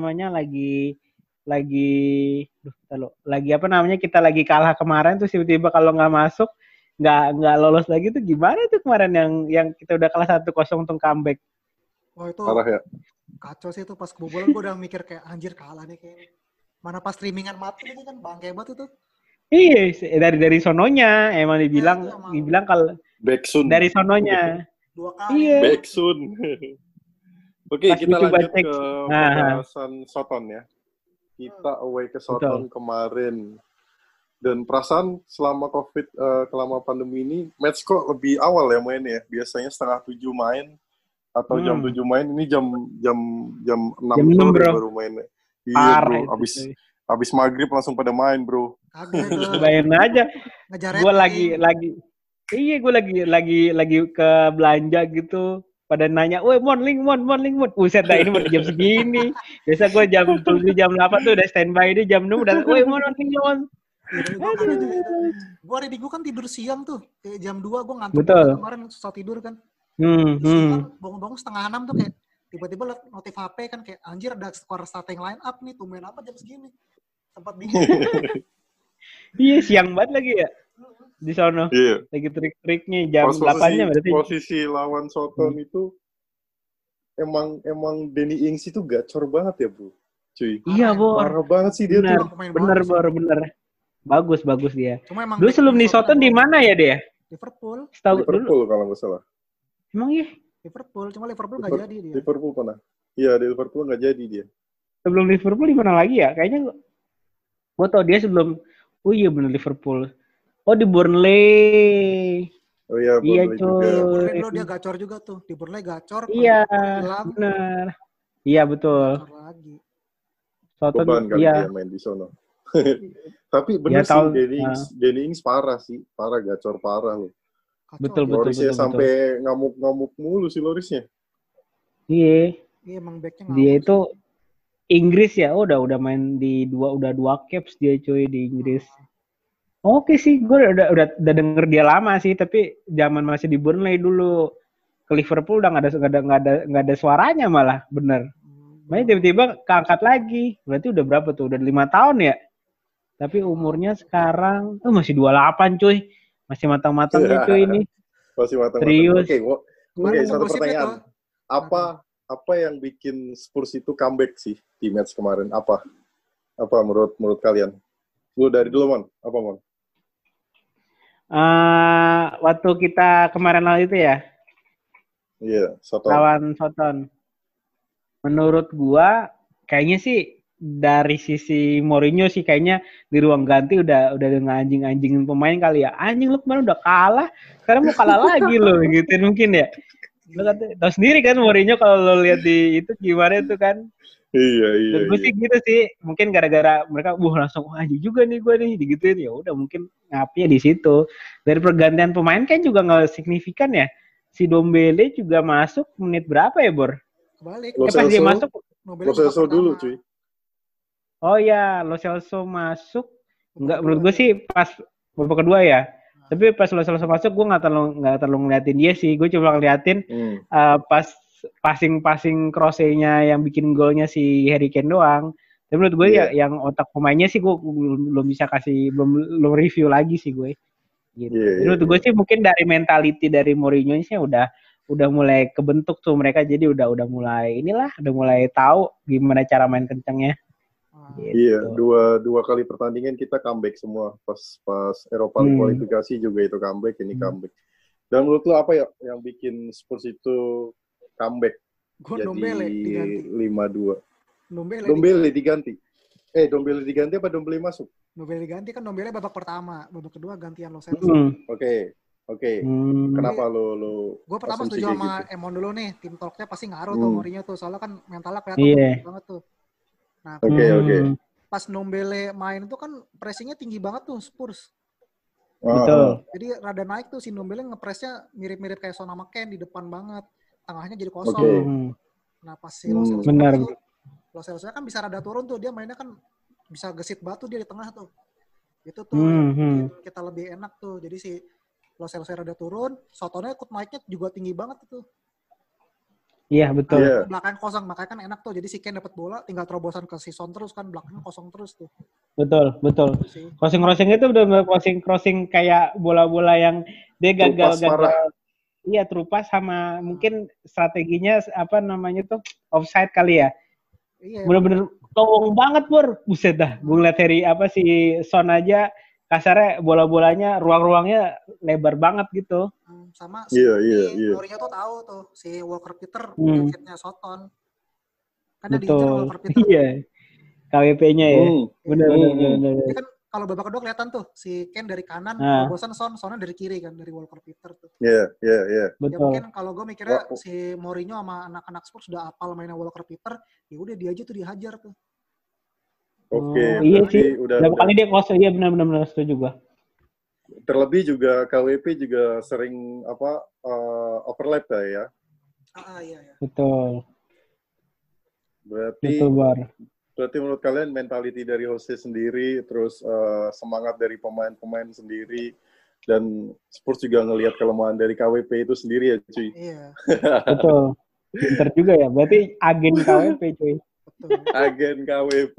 B: kita lagi kalah kemarin tuh tiba-tiba kalau nggak masuk nggak lolos lagi tuh gimana tuh kemarin yang kita udah kalah 1-0 untuk comeback.
C: Wah itu
A: parah ya.
C: Kacau sih itu pas kebobolan gue udah mikir kayak anjir kalah nih kayaknya. Mana pas streamingan mati itu kan bangke banget itu.
B: Iya, dari sononya emang dibilang kalau
A: Backsoon.
B: dari sononya.
C: 2 kali.
B: Iya.
A: Backsoon. Oke, kita lanjut ke pembahasan Soton ya. Kita away ke Soton kemarin. Dan perasaan selama selama pandemi ini, match kok lebih awal ya mainnya. Biasanya 6:30 main atau jam 7 main. Ini jam 6 sore baru mainnya. Iya bro, abis maghrib langsung pada main bro.
B: Bayangin aja. Gue gue lagi ke belanja gitu. Pada nanya, woi morning. Buset dah ini mau jam segini. Biasa gue jam 7, jam 8 tuh udah standby ini jam 6 udah, woi morning.
C: Gue hari Minggu kan tidur siang tuh, kayak jam 2 gue ngantuk banget kemarin susah tidur kan. Siang bangun-bangun setengah 6 tuh kayak tiba-tiba notif HP kan kayak anjir ada skor starting line up nih, tumben apa jam segini. Sempat bingung.
B: Iya, siang banget lagi ya. Di sono. Iya. Lagi trik-triknya jam 8-nya berarti.
A: Posisi lawan Soton itu emang Danny Ings itu gacor banget ya, Bu. Cuy.
B: Iya, Bor.
A: Parah banget sih dia tuh.
B: Bener. Bagus dia. Dulu sebelum di Soton di mana ya dia?
C: Liverpool.
A: Liverpool kalau nggak salah.
B: Emang iya?
C: Liverpool, cuma Liverpool nggak jadi dia.
A: Liverpool pernah. Iya, di Liverpool nggak jadi dia.
B: Sebelum Liverpool di mana lagi ya? Kayaknya gue tau dia sebelum. Oh iya bener Liverpool. Oh di Burnley.
A: Oh iya, Burnley juga.
C: Burnley dulu dia gacor juga tuh. Di Burnley gacor.
B: Iya, benar. Iya betul.
C: Gacor lagi.
A: Beban kali dia main di sono. Tapi bener ya, sih Danny Ings parah sih. Parah, gacor parah loh.
B: Betul.
A: Lorisnya sampai ngamuk-ngamuk mulu sih Lorisnya.
B: Iya.
C: Iya emang backnya
B: dia itu Inggris ya, udah main di udah dua caps dia cuy di Inggris. Oke sih, gue udah denger dia lama sih, tapi zaman masih di Burnley dulu. Ke Liverpool udah nggak ada suaranya malah, bener. Makanya tiba-tiba keangkat lagi. Berarti udah berapa tuh? Udah 5 tahun ya? Tapi umurnya sekarang masih 28 cuy. Masih matang-matangnya cuy ini.
A: Masih matang-matang.
B: Serius.
A: Oke, satu pertanyaan. Apa yang bikin Spurs itu comeback sih di match kemarin? Apa menurut kalian? Lu dari dulu, Mon. Apa, Mon?
B: Waktu kita kemarin lalu itu ya?
A: Iya, Soton.
B: Lawan Soton. Menurut gua kayaknya sih dari sisi Mourinho sih kayaknya di ruang ganti udah nganjing-anjingin pemain kali ya. Anjing lu kemarin udah kalah, sekarang mau kalah lagi lo gitu mungkin ya. Lo tahu sendiri kan Mourinho kalau lo lihat di itu gimana itu kan.
A: Iya.
B: Dan gue sih gitu sih, mungkin gara-gara mereka langsung anjing juga nih gue nih digituin ya udah mungkin ngapinya di situ. Dari pergantian pemain kan juga nggak signifikan ya. Si Dombele juga masuk menit berapa ya, Bor?
C: Kebalik.
B: Pas dia masuk
A: Lo Celso dulu, cuy.
B: Oh ya, Lo Celso masuk. Enggak, menurut gue sih pas babak kedua ya. Tapi pas Lo Celso masuk, gue nggak terlalu ngeliatin dia sih. Gue cuma ngeliatin pas passing cross-nya yang bikin golnya si Harry Kane doang. Tapi menurut gue ya yang otak pemainnya sih gue belum bisa belum review lagi sih gue. Gitu. Menurut gue sih mungkin dari mentality dari Mourinho-nya udah mulai kebentuk tuh mereka, jadi udah mulai tahu gimana cara main kencangnya.
A: Gitu. Iya, dua kali pertandingan kita comeback semua. Pas Eropa League kualifikasi juga itu comeback, ini comeback. Dan menurut lo apa ya yang bikin Spurs itu comeback? Jadi 5-2. Dombele diganti. Dombele diganti apa Dombele masuk?
C: Dombele diganti kan, Dombele babak pertama, babak kedua gantian Lo Celso.
A: Oke. Kenapa lo
C: gue pertama setuju sama gitu? Emon dulu nih, tim talknya pasti ngaruh tuh Mourinho tuh, soalnya kan mentalnya kelihatan banget tuh. Nah, pas Dombele main itu kan pressingnya tinggi banget tuh Spurs.
B: Betul.
C: Jadi rada naik tuh si Dombele ngepresnya mirip-mirip kayak Son sama Kane di depan banget, tengahnya jadi kosong. Nah pas si Lo Celso kan bisa rada turun tuh, dia mainnya kan bisa gesit batu dia di tengah tuh. Itu tuh kita lebih enak tuh. Jadi si Lo Celso rada turun, Sotonnya ikut naiknya juga tinggi banget tuh.
B: Iya betul.
C: Belakang kosong, makanya kan enak tuh. Jadi si Ken dapat bola, tinggal terobosan ke si Son terus kan, belakangnya kosong terus tuh.
B: Betul. Crossing itu udah crossing kayak bola-bola yang dia gagal. Iya, terupas sama mungkin strateginya apa namanya tuh offside kali ya. Iya. Bener-bener lowong banget, Bor. Buset dah. Gue ngeliat si Son aja kasarnya bola-bolanya ruang-ruangnya lebar banget gitu.
C: Sama si Mourinho tuh tahu tuh si Walker Peter gadgetnya Soton. Kan dia diincar Walker Peter.
B: Iya. KWP-nya ya. Bener.
C: Dia kan kalau babak kedua kelihatan tuh si Ken dari kanan, terobosan Sonnya dari kiri kan, dari Walker Peter tuh.
A: Iya.
C: Ya mungkin kalau gue mikirnya si Mourinho sama anak-anak Spurs sudah apal mainnya Walker Peter, ya udah dia aja tuh dihajar tuh.
B: Iya sih. Berapa kali dia kosong, iya benar setuju juga.
A: Terlebih juga KWP juga sering overlap ya.
C: Iya.
B: Betul.
A: Berarti
B: Betul, Bar.
A: Berarti menurut kalian mentality dari hostnya sendiri, terus semangat dari pemain-pemain sendiri, dan Spurs juga ngelihat kelemahan dari KWP itu sendiri ya, cuy.
C: Iya.
B: Betul. Pinter juga ya. Berarti agen KWP, cuy.
C: Betul.
A: Agen KWP.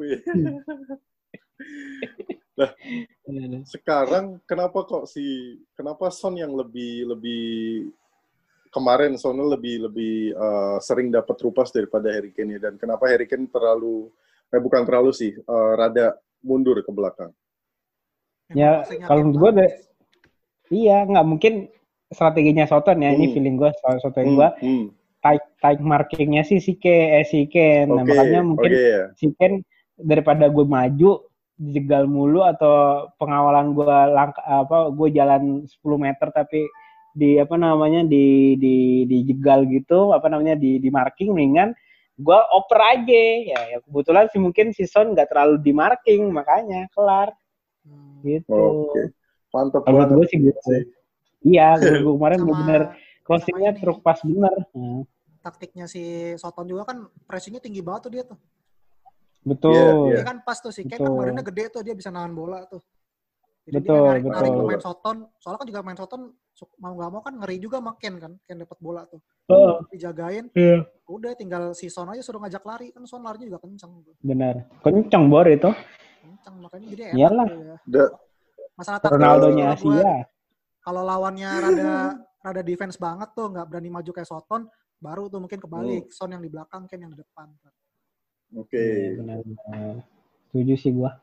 A: Nah, sekarang kenapa Son yang lebih kemarin Son lebih sering dapat rupas daripada Harry Kane, dan kenapa Harry Kane bukan terlalu sih, rada mundur ke belakang.
B: Ya, kalau menurut gue iya, nggak mungkin strateginya Soton ya. Ini feeling gue, Soton gue tight markingnya sih si Ken. Nah, makanya mungkin si Ken daripada gue maju dijegal mulu atau pengawalan gue gue jalan 10 meter tapi dijegal gitu, di marking, mendingan gue oper aja ya kebetulan sih mungkin si Son nggak terlalu di marking makanya kelar gitu.
A: Mantap
B: banget gue sih gitu. Iya, gue kemarin bener crossingnya truk pas bener.
C: Taktiknya si Soton juga kan pressingnya tinggi banget tuh dia tuh.
B: Betul.
C: Dia kan pas tuh si Ken kan badannya gede tuh, dia bisa nahan bola tuh. Jadi
B: betul.
C: Dia narik pemain Soton, soalnya kan juga pemain Soton mau nggak mau kan ngeri juga sama Ken kan, Ken dapat bola tuh. Dijagain. Udah tinggal si Son aja suruh ngajak lari, kan Son larinya juga kencang.
B: Benar. Kencang Bor itu.
C: Kencang, makanya jadi enak.
B: Iyalah.
C: Ya. Masalah taktik
B: Ronaldo-nya Asia.
C: Kalau lawannya rada defense banget tuh, nggak berani maju kayak Soton, baru tuh mungkin kebalik. Son yang di belakang, Ken yang di depan.
A: Oke.
B: Benar. Setuju sih gua.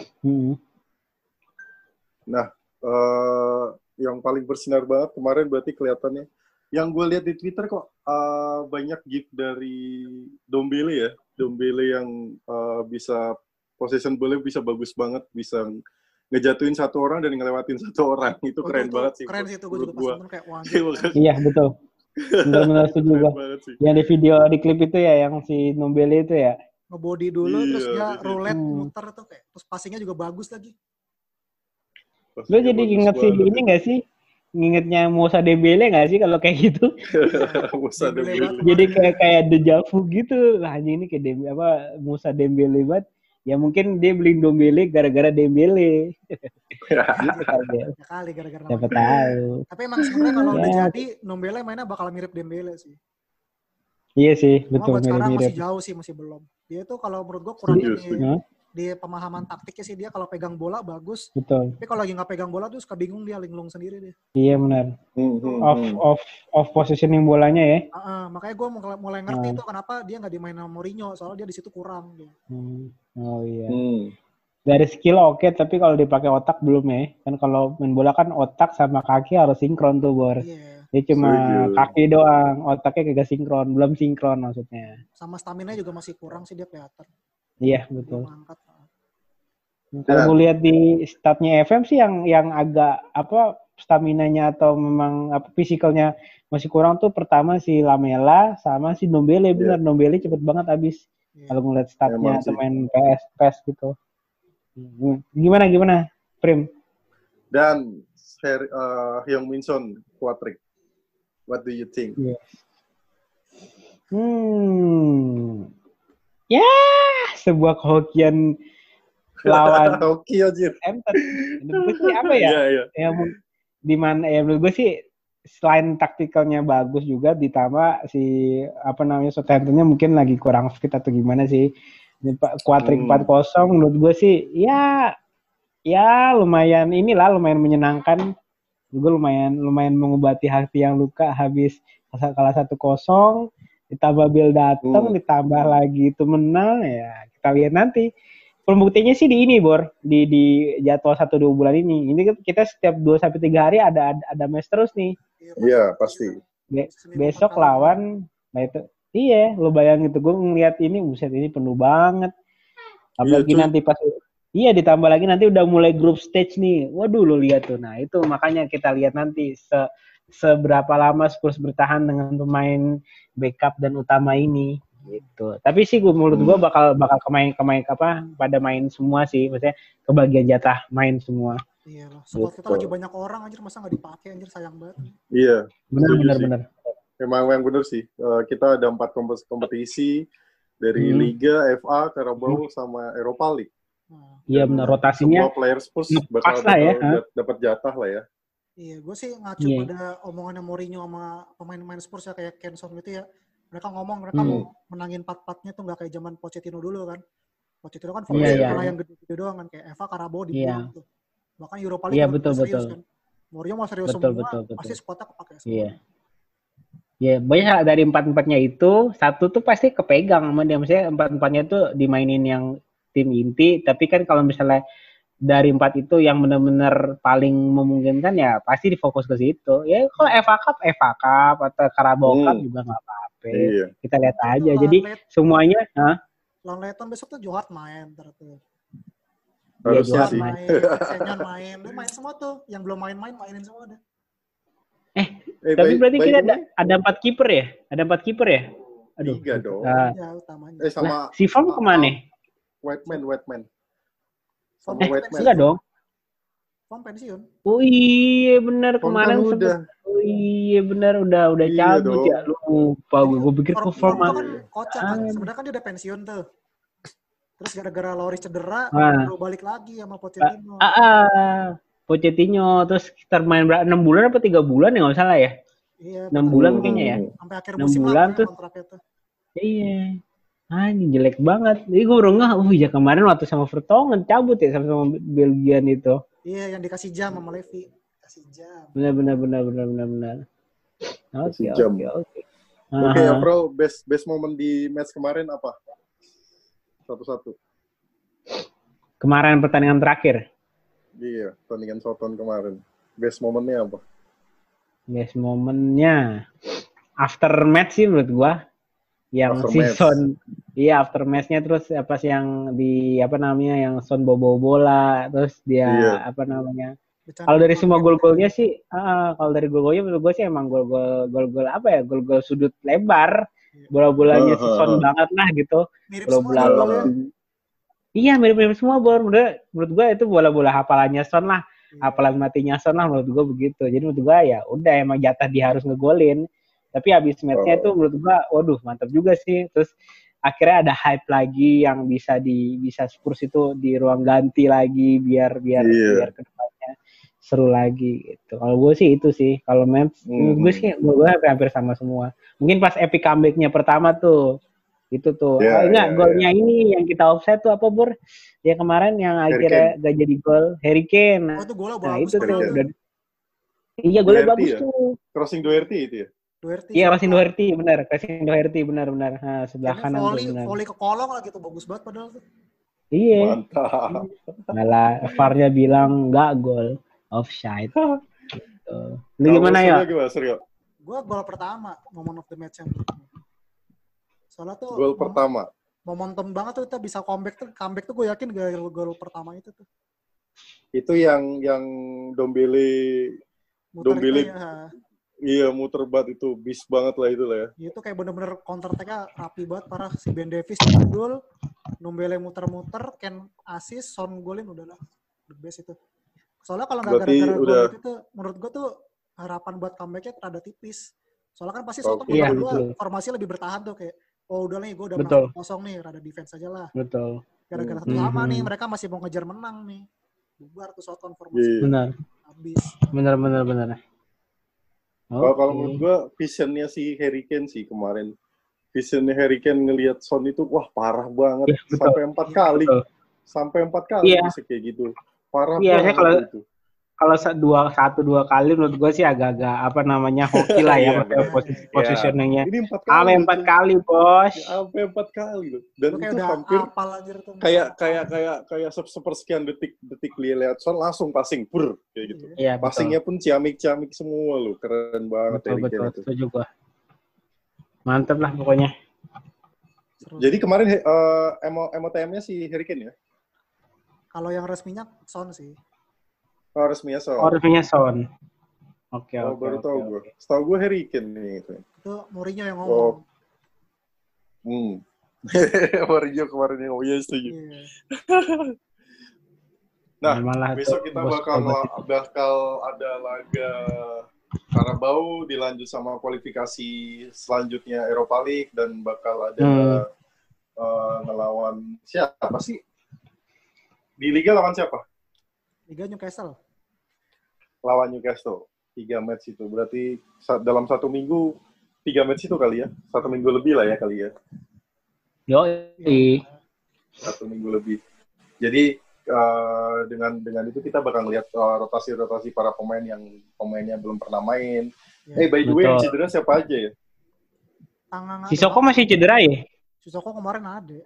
A: Nah, yang paling bersinar banget kemarin berarti kelihatannya. Yang gue lihat di Twitter kok banyak gift dari Dombele ya. Dombele yang bisa possession bola bisa bagus banget, bisa ngejatuhin satu orang dan ngelewatin satu orang. Itu keren banget sih.
C: Keren sih itu, gue juga pas nonton kayak wah.
B: Iya, betul. Benar-benar setuju gue. Yang di video, di klip itu ya, yang si Dombele itu ya.
C: Ngebody dulu, terus dia roulette muter tuh kayak, terus passingnya juga bagus lagi.
B: Lo jadi inget sih ini nggak sih? Ngingetnya Moussa Dembele nggak sih kalau kayak gitu?
A: Moussa Dembele.
B: Jadi kayak deja vu gitu. Lah ini kayak Moussa Dembele banget. Ya mungkin dia beli Dembele gara-gara Dembele. Gitu
C: kali gara-gara.
B: Siapa tahu.
C: Tapi emang sebenarnya kalau udah jadi Dembele mainnya bakal mirip Dembele sih.
B: Iya sih, betul.
C: Sekarang masih jauh sih, masih belum. Dia tuh kalau menurut gue kurangnya di pemahaman taktiknya sih, dia kalau pegang bola bagus.
B: Betul.
C: Tapi kalau lagi nggak pegang bola tuh suka bingung, dia linglung sendiri dia.
B: Iya benar. Off positioning bolanya ya.
C: Makanya gue mulai ngerti tuh kenapa dia nggak dimainin sama Mourinho, soalnya dia di situ kurang. Dia.
B: Oh iya. Dari skill oke, tapi kalau dipakai otak belum ya. Kan kalau main bola kan otak sama kaki harus sinkron tuh, Bor.
C: Iya.
B: Dia cuma kaki doang, otaknya kagak sinkron, belum sinkron maksudnya.
C: Sama stamina juga masih kurang sih dia kelihatan.
B: Iya, betul. Kalau gue lihat di statnya FM sih yang agak staminanya atau memang fizikalnya masih kurang tuh pertama si Lamela sama si Dombele. Benar, Dombele cepet banget abis. Kalau ngeliat statnya atau main PS gitu. Gimana Prim?
A: Dan Heung-min Son Quadrick. What do you think?
B: Ya, sebuah kehokian lawan
A: Hoki aja.
B: Menurut gue sih apa ya? Ya dimana ya menurut gue sih selain taktikalnya bagus juga ditambah si Southampton-nya mungkin lagi kurang fit atau gimana sih. Quadrick 4-0 menurut gue sih ya lumayan menyenangkan. Juga lumayan mengobati hati yang luka habis kalah 1-0, ditambah Bale datang, ditambah lagi itu menang ya. Kita lihat nanti. Pembuktinya sih di ini, Bor, di jadwal 1-2 bulan ini. Ini kita setiap 2-3 hari ada match terus nih.
A: Iya, pasti.
B: Besok lawan, nah itu. Iya, lo bayangin itu gue ngeliat ini, buset ini penuh banget. Apalagi nanti pas ditambah lagi nanti udah mulai group stage nih. Waduh, lo lihat tuh. Nah, itu makanya kita lihat nanti seberapa lama Spurs bertahan dengan pemain backup dan utama ini gitu. Tapi sih menurut gue bakal kemain pada main semua sih. Maksudnya kebagian jatah main semua.
C: Iya loh. Squad kita lagi banyak orang anjir, masa nggak dipakai anjir, sayang banget.
A: Iya.
B: Benar.
A: Memang benar sih. Kita ada 4 kompetisi. Dari Liga, FA, Carabao sama Europa League.
B: Iya benar, rotasinya
A: semua player Spurs bakal dapat jatah lah ya.
C: Iya, gue sih ngacu pada omongannya Mourinho sama pemain-pemain Spurs ya kayak Kenson gitu ya. Mereka ngomong mereka mau menangin 4-4-nya tuh nggak kayak zaman Pochettino dulu kan. Pochettino kan malah yang gede-gede doang kan, kayak FA, Carabao dibuang tuh. Bahkan Europa League juga serius kan. Mourinho mau serius semua, pasti squadnya kepake semua.
B: Iya, banyak dari 4-4-nya itu, satu tuh pasti kepegang sama dia. Maksudnya 4-4-nya tuh dimainin yang tim inti, tapi kan kalau misalnya dari 4 itu yang benar-benar paling memungkinkan ya pasti difokus ke situ. Ya kalau FA Cup atau Carabao Cup juga nggak apa-apa. Iya. Kita lihat aja. Jadi semuanya,
C: lawan Leighton besok tuh Johar main terus.
A: Iya, Johar
C: main, Senyon main. Lu main semua tuh. Yang belum mainin semua deh.
B: Tapi berarti kita ada 4 kiper ya? Ada 4 kiper ya?
A: Aduh. 3 dong.
C: Ya, utamanya.
B: Sama si Form kemana?
A: Whiteman.
B: Enggak dong.
C: Form pensiun.
B: Oh iya benar kemarin
A: udah.
B: Oh iya benar udah cabut ya. Lupa gue pikir Form
C: kan kocak kan. Sebenarnya kan dia udah pensiun tuh. Terus gara-gara Lloris cedera, baru balik lagi sama Pochettino.
B: Pochettino terus kita main 6 bulan apa 3 bulan ya nggak salah ya?
C: Iya.
B: 6 bulan kayaknya ya.
C: Sampai akhir musim
B: 6 bulan tuh. Iya. Ini jelek banget. Jadi gue baru ya kemarin waktu sama Vertonghen cabut ya sama Belgian itu.
C: Iya, yang dikasih jam sama Levy. Kasih jam.
B: Benar. Oke.
A: Oke, bro, best moment di match kemarin apa? Satu-satu.
B: Kemarin pertandingan terakhir.
A: Iya, pertandingan Soton kemarin. Best momennya apa?
B: Best momennya after match sih menurut gua. Yang season after match-nya terus apa sih yang yang Son bobo bola terus dia kalau dari semua gol-golnya sih kalau dari gol-golnya menurut gua sih emang gol-gol gol-gol sudut lebar, bola-bolanya si Son banget lah gitu. Bola-bola iya mirip-mirip semua menurut gua itu bola-bola hafalannya Son lah, hafalan matinya Son lah menurut gua begitu. Jadi menurut gua ya udah emang jatah dia harus ngegolin. Tapi abis match-nya itu menurut gua, waduh mantap juga sih. Terus akhirnya ada hype lagi yang bisa Spurs itu di ruang ganti lagi biar kedepannya seru lagi gitu. Kalau gue sih itu sih. Kalau match, gue sih gue hampir sama semua. Mungkin pas epic comeback-nya pertama tuh, itu tuh. Golnya ini yang kita offside tuh apa Bur? Ya kemarin yang akhirnya gak jadi gol, Harry Kane.
C: Itu golnya bagus. Itu tuh.
B: Iya golnya bagus tuh.
A: Crossing Doherty itu ya?
B: Iya, Crossing Doherty, benar. Nah, sebelah kanan tuh benar.
C: Volley ke kolong lah gitu, bagus banget padahal tuh.
B: Iya.
A: Mantap.
B: Malah VAR-nya bilang enggak gol, offside. Gitu. Lu gimana ya?
C: Gua gol pertama, moment of the match yang pertama. Soalnya tuh
A: gol pertama.
C: Momentum banget tuh kita bisa comeback tuh gue yakin gol pertama itu tuh.
A: Itu yang Dombele iya, muter banget itu, bis banget lah itu lah ya.
C: Itu kayak bener-bener counter attack-nya rapi banget, parah. Si Ben Davies judul, Dombele muter-muter, Ken assist, Son golin, udahlah. The best itu. Soalnya kalau nggak gara-gara gol itu tuh, menurut gue tuh harapan buat comeback-nya rada tipis. Soalnya kan pasti Soton formasi lebih bertahan tuh, kayak, udah nih, gue udah menang kosong nih, rada defense aja lah.
B: Betul.
C: Gara-gara satu sama nih, mereka masih mau ngejar menang nih. Bubar tuh Soton formasi.
B: Benar.
C: Habis.
B: Benar.
A: Kalau menurut gue visionnya si Harry Kane sih kemarin. Visionnya Harry Kane ngelihat Son itu wah parah banget. Ya, sampai 4 kali bisa kayak gitu. Parah banget itu.
B: Kalau 1-2 kali menurut gue sih agak-agak hoki lah ya positioningnya.
A: Ini 4 kali.
B: Sampai 4 kali, Bos.
A: Sampai 4 kali loh. Dan itu hampir kayak sepersekian detik lihat Son langsung passing kayak gitu.
B: Iya,
A: passingnya pun ciamik semua loh. Keren banget.
B: Betul, itu juga. Mantap lah pokoknya.
A: Jadi kemarin MOTM-nya si Harry Kane ya?
C: Kalau yang resminya Son sih.
A: Resminya
B: Son. Oke.
A: Baru tahu gue. Setahu gue Harry Kane nih itu.
C: Itu Mourinho yang ngomong.
A: Mourinho kemarin yang ngomong, ya setuju. Nah, besok kita bakal ada laga Carabao dilanjut sama kualifikasi selanjutnya Europa League dan bakal ada ngelawan siapa sih? Di Liga lawan siapa?
C: Liga Newcastle.
A: Lawan Newcastle. 3 match itu. Berarti dalam 1 minggu 3 match itu kali ya? 1 minggu lebih lah ya kali ya?
B: Yoi.
A: 1 minggu lebih. Jadi dengan itu kita bakal lihat rotasi-rotasi para pemain yang pemainnya belum pernah main. By the way, yang cedera siapa aja ya?
B: Sissoko masih cedera ya?
C: Sissoko kemarin ada.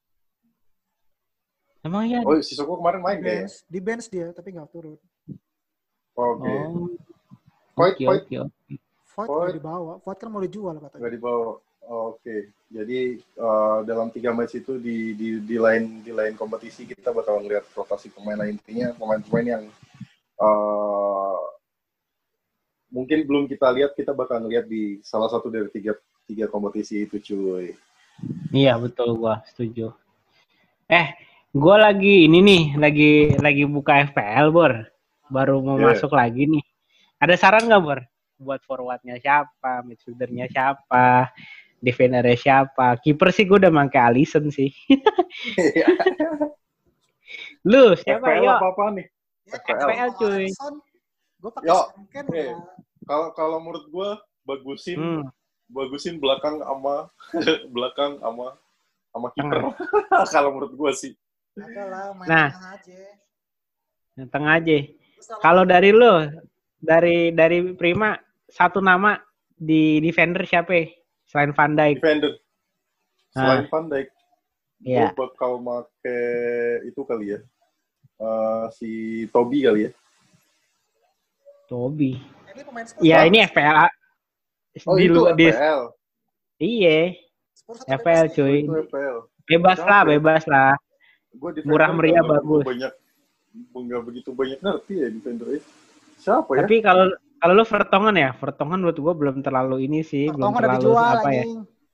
B: Emang iya?
A: Oh, Sissoko kemarin main ya?
C: Di bench dia, tapi nggak turun.
A: Oke.
B: Void
C: nggak dibawa. Void kan mau dijual katanya.
A: Nggak dibawa. Oke. Jadi dalam 3 match itu di lain kompetisi kita bakal ngeliat rotasi pemain lain. Intinya pemain-pemain yang mungkin belum kita lihat, kita bakal ngeliat di salah satu dari tiga kompetisi itu, cuy.
B: Iya, betul, gua setuju. Gua lagi ini nih, lagi buka FPL, Bor. Baru mau masuk lagi nih. Ada saran nggak, Bor? Buat forwardnya siapa, midfieldernya siapa, defendernya siapa? Kiper sih gue udah pakai Alisson sih. Lu siapa?
A: FPL apa nih?
B: FPL cuy.
C: Gue pakai Sengken.
A: Kalau menurut gue bagusin belakang sama kiper. Kalau menurut gue sih.
C: Nah,
B: tengah aja. Kalau dari lu, dari Prima, satu nama di defender siapa? Selain Van Dijk.
A: Defender. Selain Van Dijk.
B: Iya.
A: Gue bakal make itu kali ya. Si Toby kali ya.
B: Toby. Iya, ini FPL.
A: Oh, itu FPL.
B: Iya. FPL cuy. Bebas lah. Murah meriah bagus.
A: Nggak begitu banyak ngerti ya defender itu. Siapa ya?
B: Tapi kalau lu Vertonghen menurut gue belum terlalu ini sih, belum terlalu apa ya.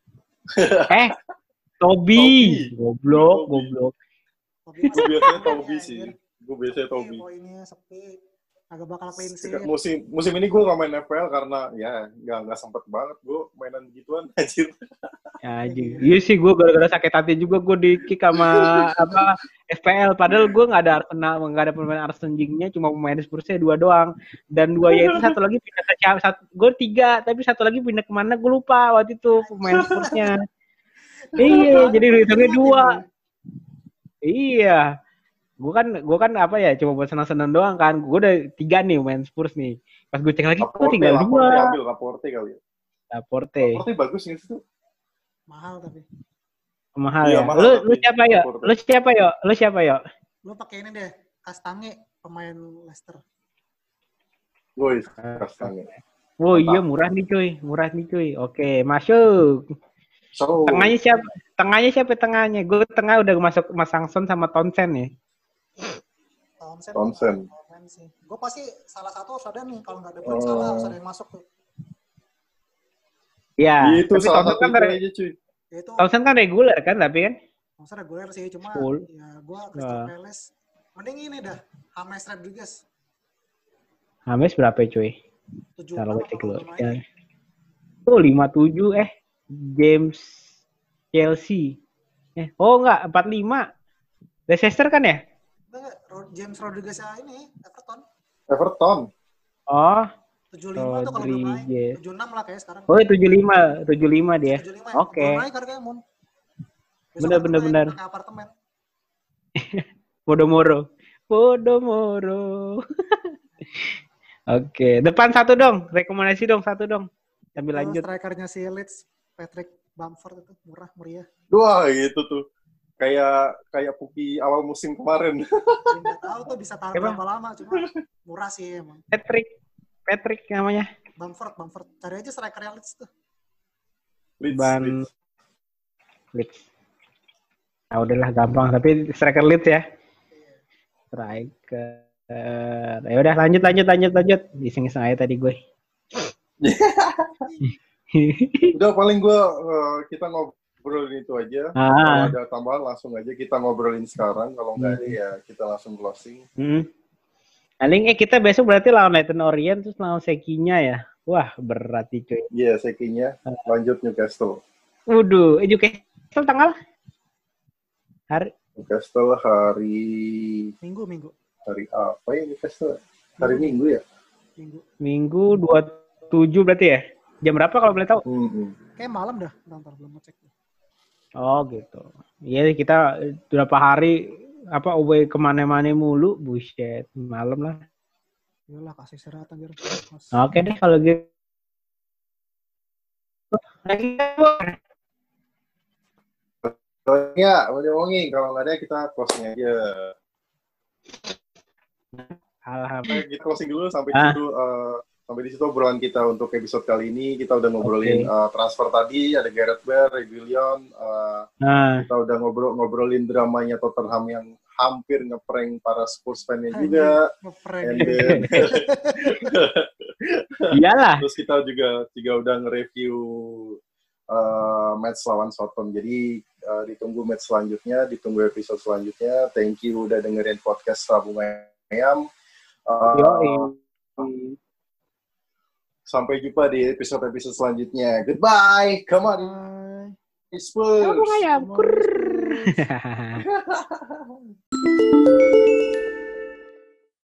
B: Toby. Goblok.
A: Gue biasanya Toby sih.
C: Poinnya sepi. Agak bakal clean sih.
A: Musim ini gue nggak main FPL karena ya nggak sempet banget gue mainan begituan anjir.
B: Iya sih, gue gara-gara sakit hati juga gue di-kick sama FPL. Padahal gue nggak ada Arsenal, nggak ada pemain Arsenal-nya, cuma pemain Spursnya 2 doang. Dan 2 ya itu satu lagi pindah ke gue 3, tapi satu lagi pindah kemana gue lupa waktu itu pemain Spursnya. Iya, jadi hitungnya 2. Iya. Gue kan apa ya, cuma buat senang-senang doang kan. Gue udah 3 nih main Spurs nih. Pas gue cek lagi, gue tinggal 2.
A: Laporte kali ya.
B: Laporte
A: bagus nggak sih?
C: Mahal tapi.
B: Mahal ya. Mahal, lu siapa yo?
C: Lu pakai ini deh, Kastange, pemain Leicester.
A: Woi, Kastange.
B: Oh iya, murah nih cuy. Oke, masuk. Tengahnya siapa? Gue tengah udah masuk Mas Sangson sama Townsend ya.
C: Townsend. Gue pasti salah satu harus ada nih, kalau nggak ada salah harus ada yang masuk tuh.
B: Ya,
A: itu
B: tapi
A: salah satu aja cuy.
B: Townsend kan reguler kan, tapi kan?
C: Townsend reguler sih, cuma ya gue Crystal Palace. Mending ini dah, James Rodriguez.
B: James berapa cuy?
C: 7.
B: Kalau gue cek dulu. Tuh 57 James Chelsea. Enggak, 45. Leicester kan ya?
C: Enggak, James Rodriguez ini
A: Everton.
B: Oh.
C: 75 tuh kalau belum naik. 76 lah kayak sekarang.
B: Oh, 75 dia. 75. Oke.
C: Naik harganya, Mon.
B: Benar.
C: Pakai apartemen.
B: Podomoro. Oke, depan satu dong. Rekomendasi dong satu dong. Sambil lanjut.
C: Strikernya si Leeds, Patrick Bamford itu murah meriah.
A: Wah, gitu tuh. Kayak Puki awal musim kemarin.
C: Nggak tahu tuh bisa tahan berapa lama, cuma murah sih emang.
B: Patrick namanya.
C: Bamford. Cari aja strikernya Leeds tuh.
B: Leeds. Nah, udahlah gampang, tapi striker Leeds ya. Striker. Ya udah lanjut. Iseng-iseng aja tadi gue.
A: Udah paling kita ngobrolin itu aja. Kalau ada tambahan langsung aja kita ngobrolin sekarang. Kalau nggak ada ya kita langsung closing.
B: Paling kita besok berarti lawan Leyton Orient terus lawan Sekinya ya. Wah, berat nih cuy.
A: Iya, Sekinya lanjut Newcastle.
B: Newcastle tanggal
A: Newcastle hari
C: Minggu.
A: Hari apa ya Newcastle? Hari Minggu ya?
B: Minggu 27 berarti ya? Jam berapa kalau boleh tahu?
C: Kayak malam dah, ntar belum ngecek.
B: Oh gitu. Iya kita berapa hari away kemana-mana mulu, buset, malam lah.
C: Iyalah kasih istirahat anjir.
B: Oke deh kalau gitu.
A: Ya, ngomongin kalau nggak ada kita closing aja.
B: Alhamdulillah.
A: Kita closing dulu sampai di situ obrolan kita untuk episode kali ini. Kita udah ngobrolin transfer tadi, ada Gareth Bale, Reguilon. Kita udah ngobrolin dramanya Tottenham yang hampir ngeprank para Spurs fan-nya juga.
B: Iyalah.
A: Terus kita juga udah nge-review match lawan Southampton. Jadi ditunggu match selanjutnya, ditunggu episode selanjutnya. Thank you udah dengerin podcast Rabung Ayam. Sampai jumpa di episode-episode selanjutnya. Goodbye. Come on. Spurs.
B: Rabung Ayam.